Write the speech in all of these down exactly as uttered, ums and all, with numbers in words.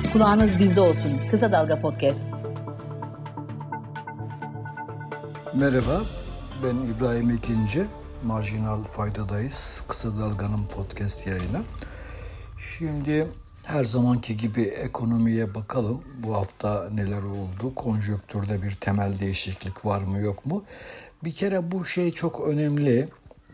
Kulağınız bizde olsun. Kısa Dalga Podcast. Merhaba, ben İbrahim İkinci. Marjinal Fayda'dayız. Kısa Dalga'nın podcast yayını. Şimdi her zamanki gibi ekonomiye bakalım. Bu hafta neler oldu? Konjonktürde bir temel değişiklik var mı yok mu? Bir kere bu şey çok önemli.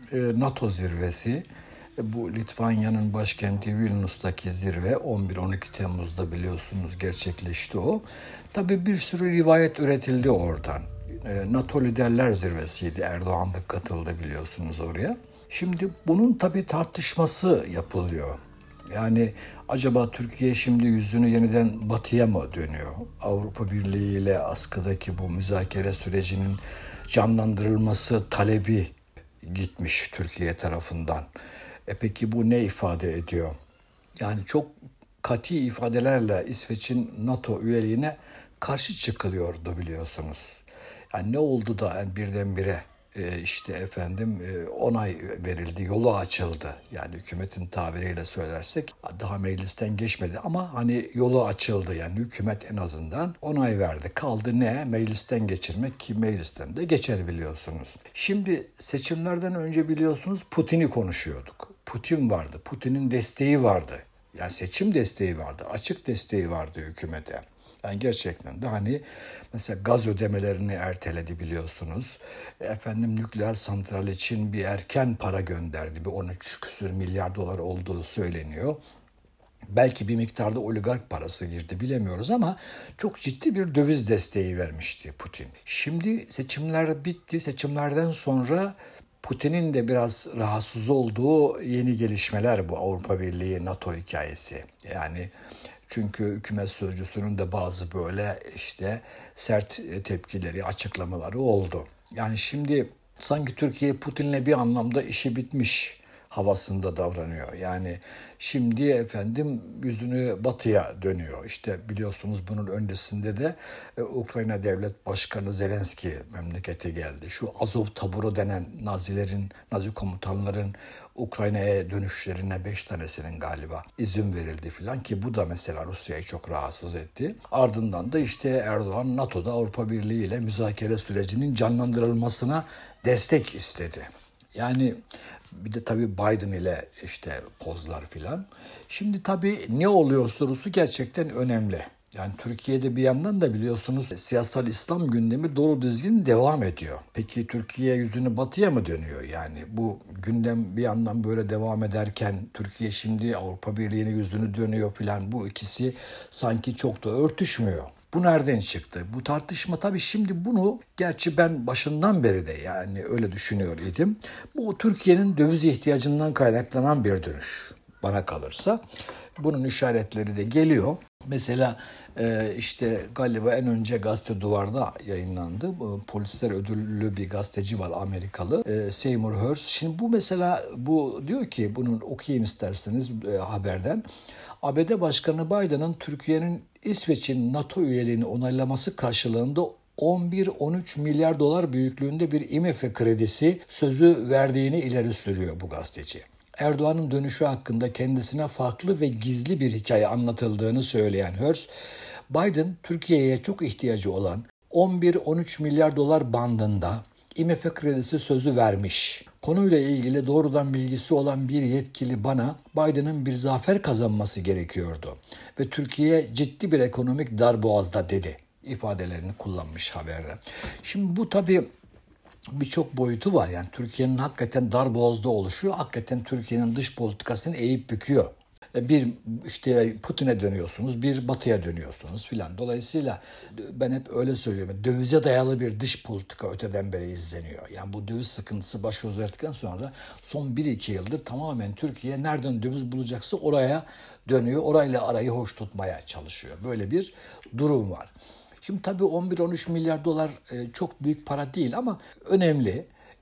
NATO zirvesi. Bu Litvanya'nın başkenti Vilnius'taki zirve on bir on iki Temmuz'da biliyorsunuz gerçekleşti o. Tabii bir sürü rivayet üretildi oradan. NATO Liderler Zirvesi'ydi. Erdoğan da katıldı biliyorsunuz oraya. Şimdi bunun tabii tartışması yapılıyor. Yani acaba Türkiye şimdi yüzünü yeniden batıya mı dönüyor? Avrupa Birliği ile askıdaki bu müzakere sürecinin canlandırılması talebi gitmiş Türkiye tarafından. E peki bu ne ifade ediyor? Yani çok kati ifadelerle İsveç'in NATO üyeliğine karşı çıkılıyordu biliyorsunuz. Yani ne oldu da yani birdenbire e, işte efendim e, onay verildi, yolu açıldı. Yani hükümetin tabiriyle söylersek daha meclisten geçmedi ama hani yolu açıldı. Yani hükümet en azından onay verdi. Kaldı ne? Meclisten geçirmek ki meclisten de geçer biliyorsunuz. Şimdi seçimlerden önce biliyorsunuz Putin'i konuşuyorduk. Putin vardı, Putin'in desteği vardı. Yani seçim desteği vardı, açık desteği vardı hükümete. Yani gerçekten de hani mesela gaz ödemelerini erteledi biliyorsunuz. Efendim nükleer santral için bir erken para gönderdi. Bir on üç küsur milyar dolar olduğu söyleniyor. Belki bir miktarda oligark parası girdi bilemiyoruz ama çok ciddi bir döviz desteği vermişti Putin. Şimdi seçimler bitti. Seçimlerden sonra Putin'in de biraz rahatsız olduğu yeni gelişmeler bu Avrupa Birliği NATO hikayesi. Yani çünkü hükümet sözcüsünün de bazı böyle işte sert tepkileri, açıklamaları oldu. Yani şimdi sanki Türkiye Putin'le bir anlamda işi bitmiş havasında davranıyor. Yani şimdi efendim yüzünü batıya dönüyor. İşte biliyorsunuz bunun öncesinde de e, Ukrayna Devlet Başkanı Zelenski memlekete geldi. Şu Azov taburu denen Nazilerin, Nazi komutanların Ukrayna'ya dönüşlerine beş tanesinin galiba izin verildi filan ki bu da mesela Rusya'yı çok rahatsız etti. Ardından da işte Erdoğan NATO'da Avrupa Birliği ile müzakere sürecinin canlandırılmasına destek istedi. Yani bir de tabii Biden ile işte pozlar filan. Şimdi tabii ne oluyor sorusu gerçekten önemli. Yani Türkiye'de bir yandan da biliyorsunuz siyasal İslam gündemi doğru düzgün devam ediyor. Peki Türkiye yüzünü batıya mı dönüyor? Yani bu gündem bir yandan böyle devam ederken Türkiye şimdi Avrupa Birliği'ne yüzünü dönüyor filan, bu ikisi sanki çok da örtüşmüyor. Bu nereden çıktı? Bu tartışma tabii şimdi bunu, gerçi ben başından beri de yani öyle düşünüyor idim. Bu Türkiye'nin döviz ihtiyacından kaynaklanan bir dönüş bana kalırsa. Bunun işaretleri de geliyor. Mesela işte galiba en önce Gazete Duvar'da yayınlandı. Polisler ödüllü bir gazeteci var, Amerikalı. Seymour Hersh. Şimdi bu mesela bu diyor ki, bunun okuyayım isterseniz haberden. A B D Başkanı Biden'ın Türkiye'nin İsveç'in NATO üyeliğini onaylaması karşılığında on bir on üç milyar dolar büyüklüğünde bir I M F kredisi sözü verdiğini ileri sürüyor bu gazeteci. Erdoğan'ın dönüşü hakkında kendisine farklı ve gizli bir hikaye anlatıldığını söyleyen Hersh, Biden Türkiye'ye çok ihtiyacı olan on bir on üç milyar dolar bandında I M F kredisi sözü vermiş. Konuyla ilgili doğrudan bilgisi olan bir yetkili bana Biden'ın bir zafer kazanması gerekiyordu ve Türkiye ciddi bir ekonomik darboğazda dedi ifadelerini kullanmış haberde. Şimdi bu tabii birçok boyutu var. Yani Türkiye'nin hakikaten darboğazda oluşu, hakikaten Türkiye'nin dış politikasını eğip büküyor. Bir işte Putin'e dönüyorsunuz, bir Batı'ya dönüyorsunuz filan. Dolayısıyla ben hep öyle söylüyorum. Dövize dayalı bir dış politika öteden beri izleniyor. Yani bu döviz sıkıntısı baş göz verdikten sonra son bir iki yıldır tamamen Türkiye nereden döviz bulacaksa oraya dönüyor. Orayla arayı hoş tutmaya çalışıyor. Böyle bir durum var. Şimdi tabii on bir on üç milyar dolar çok büyük para değil ama önemli.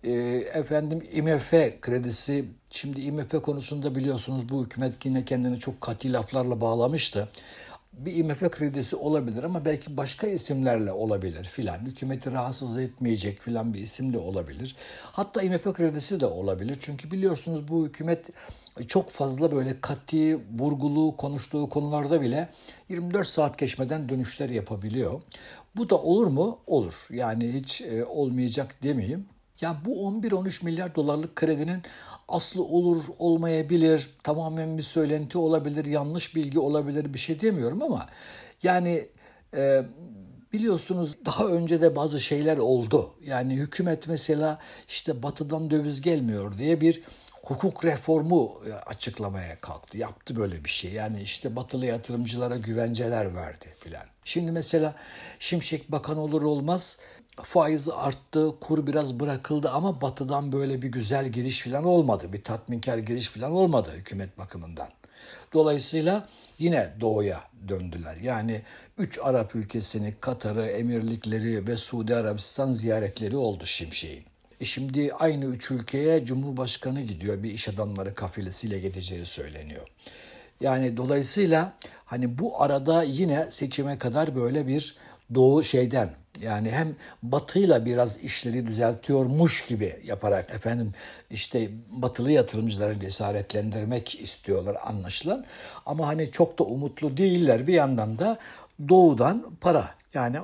Efendim I M F kredisi, şimdi I M F konusunda biliyorsunuz bu hükümet yine kendini çok katı laflarla bağlamıştı. bir I M F kredisi olabilir ama belki başka isimlerle olabilir filan. Hükümeti rahatsız etmeyecek filan bir isim de olabilir. Hatta I M F kredisi de olabilir. Çünkü biliyorsunuz bu hükümet çok fazla böyle katı, vurgulu konuştuğu konularda bile yirmi dört saat geçmeden dönüşler yapabiliyor. Bu da olur mu? Olur. Yani hiç e, olmayacak demeyeyim. Ya bu on bir on üç milyar dolarlık kredinin aslı olur, olmayabilir, tamamen bir söylenti olabilir, yanlış bilgi olabilir, bir şey demiyorum ama yani e, biliyorsunuz daha önce de bazı şeyler oldu. Yani hükümet mesela işte batıdan döviz gelmiyor diye bir hukuk reformu açıklamaya kalktı. Yaptı böyle bir şey. Yani işte batılı yatırımcılara güvenceler verdi filan. Şimdi mesela Şimşek bakan olur olmaz faizi arttı, kur biraz bırakıldı ama batıdan böyle bir güzel giriş falan olmadı. Bir tatminkar giriş falan olmadı hükümet bakımından. Dolayısıyla yine doğuya döndüler. Yani üç Arap ülkesini, Katar'ı, Emirlikleri ve Suudi Arabistan ziyaretleri oldu Şimşek'in. E şimdi aynı üç ülkeye Cumhurbaşkanı gidiyor. Bir iş adamları kafilesiyle gideceği söyleniyor. Yani dolayısıyla hani bu arada yine seçime kadar böyle bir doğu şeyden yani hem batıyla biraz işleri düzeltiyormuş gibi yaparak efendim işte batılı yatırımcıları cesaretlendirmek istiyorlar anlaşılan. Ama hani çok da umutlu değiller bir yandan da doğudan para yani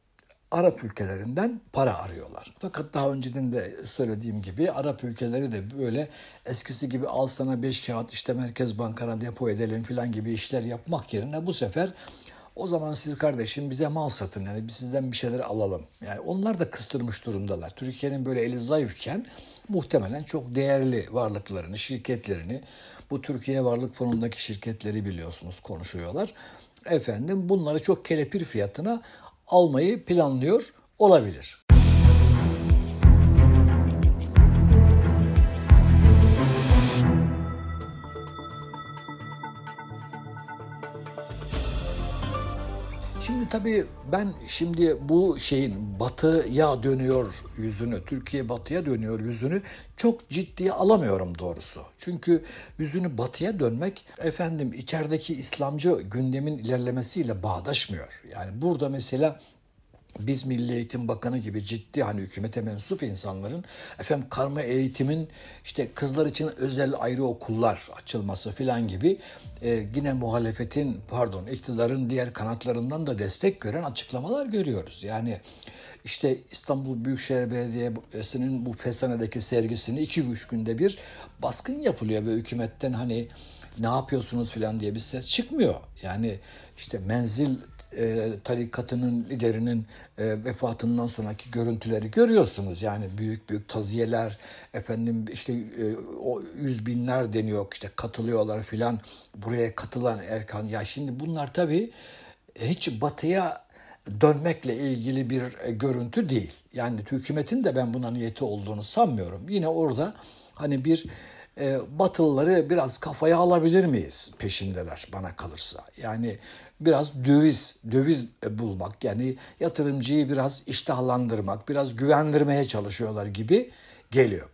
Arap ülkelerinden para arıyorlar. Fakat daha önceden de söylediğim gibi Arap ülkeleri de böyle eskisi gibi al sana beş kağıt işte Merkez Bankana depo edelim falan gibi işler yapmak yerine bu sefer o zaman siz kardeşim bize mal satın yani biz sizden bir şeyler alalım. Yani onlar da kıstırmış durumdalar. Türkiye'nin böyle eli zayıfken muhtemelen çok değerli varlıklarını, şirketlerini bu Türkiye Varlık Fonu'ndaki şirketleri biliyorsunuz konuşuyorlar. Efendim bunları çok kelepir fiyatına almayı planlıyor olabilir. Şimdi tabii ben şimdi bu şeyin batıya dönüyor yüzünü, Türkiye batıya dönüyor yüzünü çok ciddiye alamıyorum doğrusu. Çünkü yüzünü batıya dönmek efendim içerideki İslamcı gündemin ilerlemesiyle bağdaşmıyor. Yani burada mesela biz Milli Eğitim Bakanı gibi ciddi hani hükümete mensup insanların efendim karma eğitimin işte kızlar için özel ayrı okullar açılması filan gibi e, yine muhalefetin pardon iktidarın diğer kanatlarından da destek gören açıklamalar görüyoruz. Yani işte İstanbul Büyükşehir Belediyesi'nin bu Fesane'deki sergisini iki üç günde bir baskın yapılıyor ve hükümetten hani ne yapıyorsunuz filan diye bir ses çıkmıyor. Yani işte menzil E, tarikatının liderinin e, vefatından sonraki görüntüleri görüyorsunuz. Yani büyük büyük taziyeler efendim işte e, o yüz binler deniyor işte katılıyorlar filan buraya katılan Erkan ya şimdi bunlar tabii hiç batıya dönmekle ilgili bir e, görüntü değil. Yani hükümetin de ben buna niyeti olduğunu sanmıyorum. Yine orada hani bir e, Batılıları biraz kafaya alabilir miyiz peşindeler bana kalırsa. Yani biraz döviz, döviz bulmak yani yatırımcıyı biraz iştahlandırmak, biraz güvendirmeye çalışıyorlar gibi geliyor.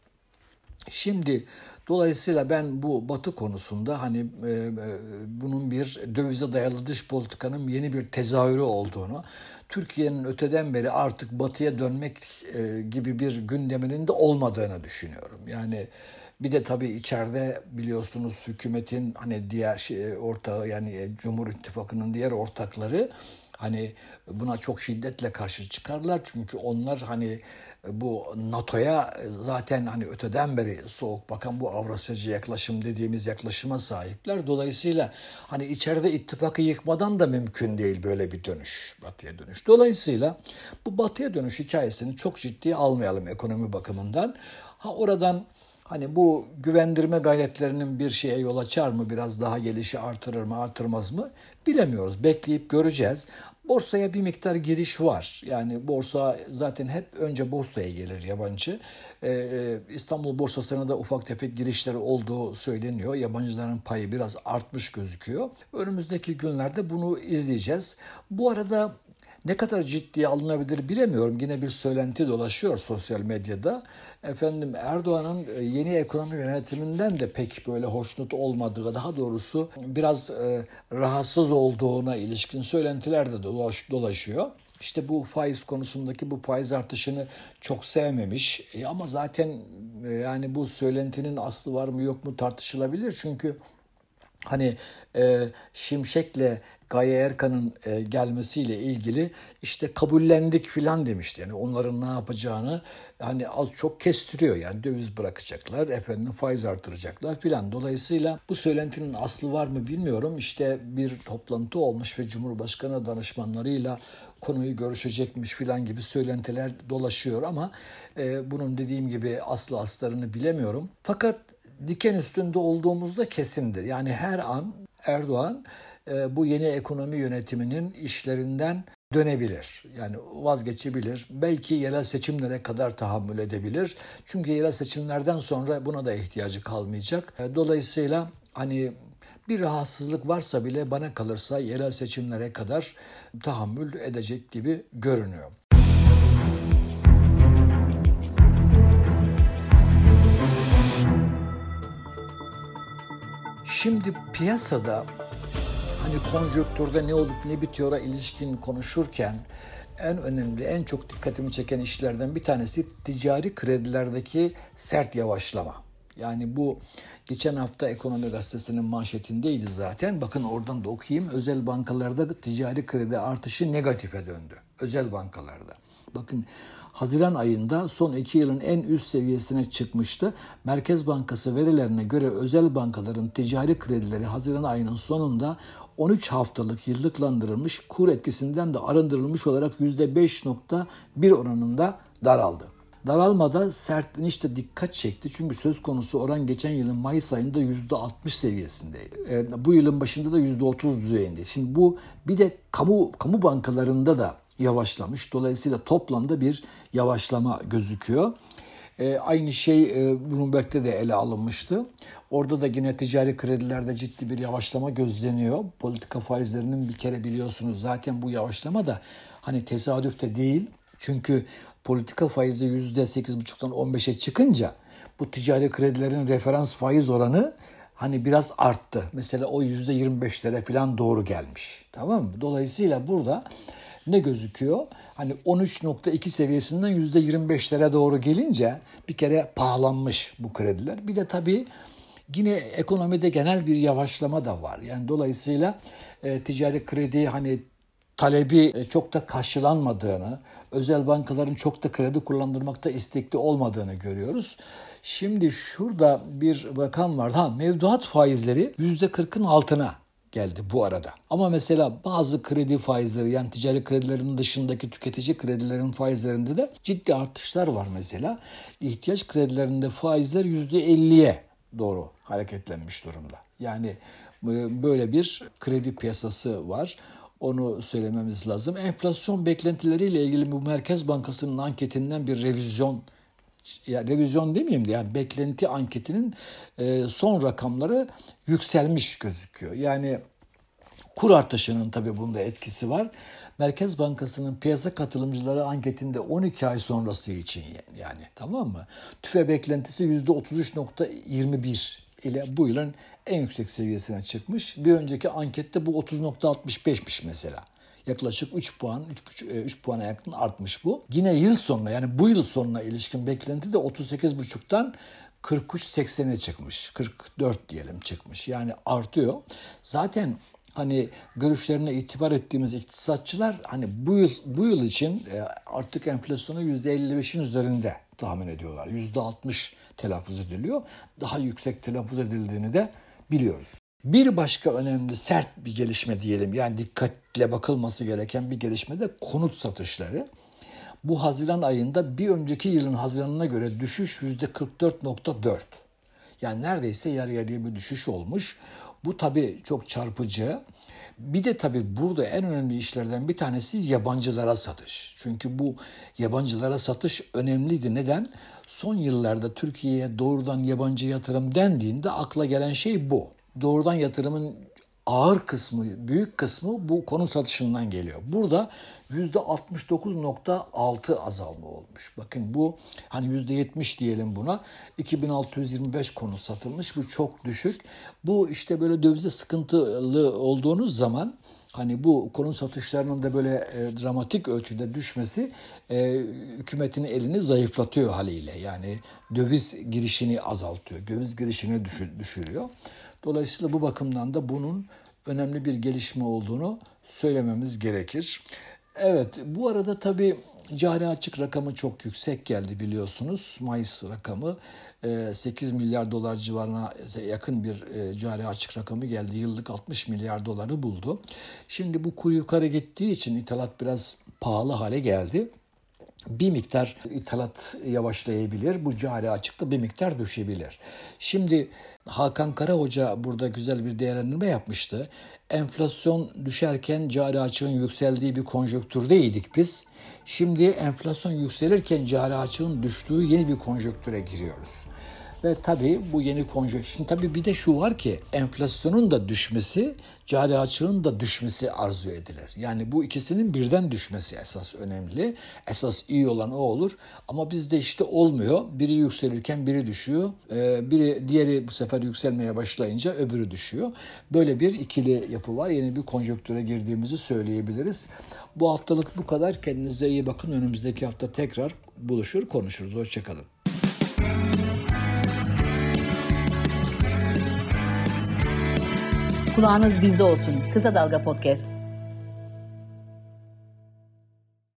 Şimdi dolayısıyla ben bu Batı konusunda hani e, e, bunun bir dövize dayalı dış politikanın yeni bir tezahürü olduğunu, Türkiye'nin öteden beri artık Batı'ya dönmek e, gibi bir gündeminin de olmadığını düşünüyorum. Yani bir de tabii içeride biliyorsunuz hükümetin hani diğer şey, ortağı yani Cumhur İttifakı'nın diğer ortakları hani buna çok şiddetle karşı çıkarlar. Çünkü onlar hani bu NATO'ya zaten hani öteden beri soğuk bakan bu Avrasyacı yaklaşım dediğimiz yaklaşıma sahipler. Dolayısıyla hani içeride ittifakı yıkmadan da mümkün değil böyle bir dönüş, Batı'ya dönüş. Dolayısıyla bu Batı'ya dönüş hikayesini çok ciddiye almayalım ekonomi bakımından. Ha oradan hani bu güvendirme gayretlerinin bir şeye yol açar mı, biraz daha gelişi artırır mı, artırmaz mı bilemiyoruz. Bekleyip göreceğiz. Borsaya bir miktar giriş var. Yani borsa zaten hep önce borsaya gelir yabancı. Ee, İstanbul borsasına da ufak tefek girişleri olduğu söyleniyor. Yabancıların payı biraz artmış gözüküyor. Önümüzdeki günlerde bunu izleyeceğiz. Bu arada Ne kadar ciddiye alınabilir bilemiyorum. Yine bir söylenti dolaşıyor sosyal medyada. Efendim Erdoğan'ın yeni ekonomi yönetiminden de pek böyle hoşnut olmadığı, daha doğrusu biraz e, rahatsız olduğuna ilişkin söylentiler de dolaş, dolaşıyor. İşte bu faiz konusundaki bu faiz artışını çok sevmemiş. E ama zaten e, yani bu söylentinin aslı var mı yok mu tartışılabilir. Çünkü hani e, Şimşek'le Gaye Erkan'ın e, gelmesiyle ilgili işte kabullendik filan demişti. Yani onların ne yapacağını hani az çok kestiriyor. Yani döviz bırakacaklar, efendim faiz artıracaklar filan. Dolayısıyla bu söylentinin aslı var mı bilmiyorum. İşte bir toplantı olmuş ve Cumhurbaşkanı danışmanlarıyla konuyu görüşecekmiş filan gibi söylentiler dolaşıyor ama e, bunun dediğim gibi aslı aslarını bilemiyorum. Fakat diken üstünde olduğumuzda kesindir. Yani her an Erdoğan e, bu yeni ekonomi yönetiminin işlerinden dönebilir. Yani vazgeçebilir. Belki yerel seçimlere kadar tahammül edebilir. Çünkü yerel seçimlerden sonra buna da ihtiyacı kalmayacak. E, dolayısıyla hani bir rahatsızlık varsa bile bana kalırsa yerel seçimlere kadar tahammül edecek gibi görünüyor. Şimdi piyasada hani konjonktürde ne olup ne bitiyor'a ilişkin konuşurken en önemli, en çok dikkatimi çeken işlerden bir tanesi ticari kredilerdeki sert yavaşlama. Yani bu geçen hafta Ekonomi Gazetesi'nin manşetindeydi zaten. Bakın oradan da okuyayım. Özel bankalarda ticari kredi artışı negatife döndü. Özel bankalarda. Bakın Haziran ayında son iki yılın en üst seviyesine çıkmıştı. Merkez Bankası verilerine göre özel bankaların ticari kredileri Haziran ayının sonunda on üç haftalık yıllıklandırılmış kur etkisinden de arındırılmış olarak yüzde beş virgül bir oranında daraldı. Daralmada sertleniş de dikkat çekti. Çünkü söz konusu oran geçen yılın Mayıs ayında yüzde altmış seviyesindeydi. E, bu yılın başında da yüzde otuz düzeyinde. Şimdi bu bir de kamu kamu bankalarında da yavaşlamış. Dolayısıyla toplamda bir yavaşlama gözüküyor. E, aynı şey e, Bloomberg'te de ele alınmıştı. Orada da yine ticari kredilerde ciddi bir yavaşlama gözleniyor. Politika faizlerinin bir kere biliyorsunuz zaten bu yavaşlama da hani tesadüf de değil. Çünkü politika faizi yüzde sekiz buçuktan on beşe çıkınca bu ticari kredilerin referans faiz oranı hani biraz arttı. Mesela o yüzde yirmi beşlere falan doğru gelmiş. Tamam mı? Dolayısıyla burada ne gözüküyor? Hani on üç virgül iki seviyesinden yüzde yirmi beşlere doğru gelince bir kere pahalanmış bu krediler. Bir de tabii yine ekonomide genel bir yavaşlama da var. Yani dolayısıyla e, ticari kredi hani talebi çok da karşılanmadığını, özel bankaların çok da kredi kullandırmakta istekli olmadığını görüyoruz. Şimdi şurada bir rakam var. Ha, mevduat faizleri yüzde kırkın altına geldi bu arada. Ama mesela bazı kredi faizleri, yani ticari kredilerin dışındaki tüketici kredilerin faizlerinde de ciddi artışlar var mesela. İhtiyaç kredilerinde faizler yüzde elliye doğru hareketlenmiş durumda. Yani böyle bir kredi piyasası var. Onu söylememiz lazım. Enflasyon beklentileriyle ilgili bu Merkez Bankası'nın anketinden bir revizyon, ya revizyon demeyeyim de yani beklenti anketinin son rakamları yükselmiş gözüküyor. Yani kur artışının tabii bunda etkisi var. Merkez Bankası'nın piyasa katılımcıları anketinde on iki ay sonrası için yani tamam mı? TÜFE beklentisi yüzde otuz üç virgül yirmi bir ile bu yılın en yüksek seviyesine çıkmış. Bir önceki ankette bu otuz virgül altmış beşmiş mesela. Yaklaşık üç puan, üç puana yakın artmış bu. Yine yıl sonuna, yani bu yıl sonuna ilişkin beklenti de otuz sekiz buçuktan kırk üç virgül seksene çıkmış. kırk dört diyelim çıkmış. Yani artıyor. Zaten hani görüşlerine itibar ettiğimiz iktisatçılar hani bu yıl bu yıl için artık enflasyonu yüzde elli beşin üzerinde tahmin ediyorlar. yüzde altmış telaffuz ediliyor. Daha yüksek telaffuz edildiğini de biliyoruz. Bir başka önemli sert bir gelişme diyelim, yani dikkatle bakılması gereken bir gelişme de konut satışları. Bu Haziran ayında bir önceki yılın Haziran'ına göre düşüş yüzde kırk dört virgül dört. Yani neredeyse yarı yarıya bir düşüş olmuş. Bu tabii çok çarpıcı. Bir de tabii burada en önemli işlerden bir tanesi yabancılara satış. Çünkü bu yabancılara satış önemliydi. Neden? Son yıllarda Türkiye'ye doğrudan yabancı yatırım dendiğinde akla gelen şey bu. Doğrudan yatırımın ağır kısmı, büyük kısmı bu konut satışından geliyor. Burada yüzde altmış dokuz nokta altı azalma olmuş. Bakın bu hani yüzde yetmiş diyelim buna. iki bin altı yüz yirmi beş konut satılmış. Bu çok düşük. Bu işte böyle dövizde sıkıntılı olduğunuz zaman hani bu konut satışlarının da böyle e, dramatik ölçüde düşmesi e, hükümetin elini zayıflatıyor haliyle. Yani döviz girişini azaltıyor, döviz girişini düşür, düşürüyor. Dolayısıyla bu bakımdan da bunun önemli bir gelişme olduğunu söylememiz gerekir. Evet, bu arada tabii cari açık rakamı çok yüksek geldi biliyorsunuz. Mayıs rakamı sekiz milyar dolar civarına yakın bir cari açık rakamı geldi. Yıllık altmış milyar doları buldu. Şimdi bu kur yukarı gittiği için ithalat biraz pahalı hale geldi. Bir miktar ithalat yavaşlayabilir. Bu cari açıkta bir miktar düşebilir. Şimdi Hakan Kara Hoca burada güzel bir değerlendirme yapmıştı. Enflasyon düşerken cari açığın yükseldiği bir konjonktürdeydik biz. Şimdi enflasyon yükselirken cari açığın düştüğü yeni bir konjonktüre giriyoruz. Ve tabii bu yeni konjonktür. Şimdi tabii bir de şu var ki enflasyonun da düşmesi, cari açığın da düşmesi arzu edilir. Yani bu ikisinin birden düşmesi esas önemli. Esas iyi olan o olur. Ama bizde işte olmuyor. Biri yükselirken biri düşüyor. Ee, biri diğeri bu sefer yükselmeye başlayınca öbürü düşüyor. Böyle bir ikili yapı var. Yeni bir konjonktüre girdiğimizi söyleyebiliriz. Bu haftalık bu kadar. Kendinize iyi bakın. Önümüzdeki hafta tekrar buluşur, konuşuruz. Hoşçakalın. Kulağınız bizde olsun. Kısa Dalga Podcast.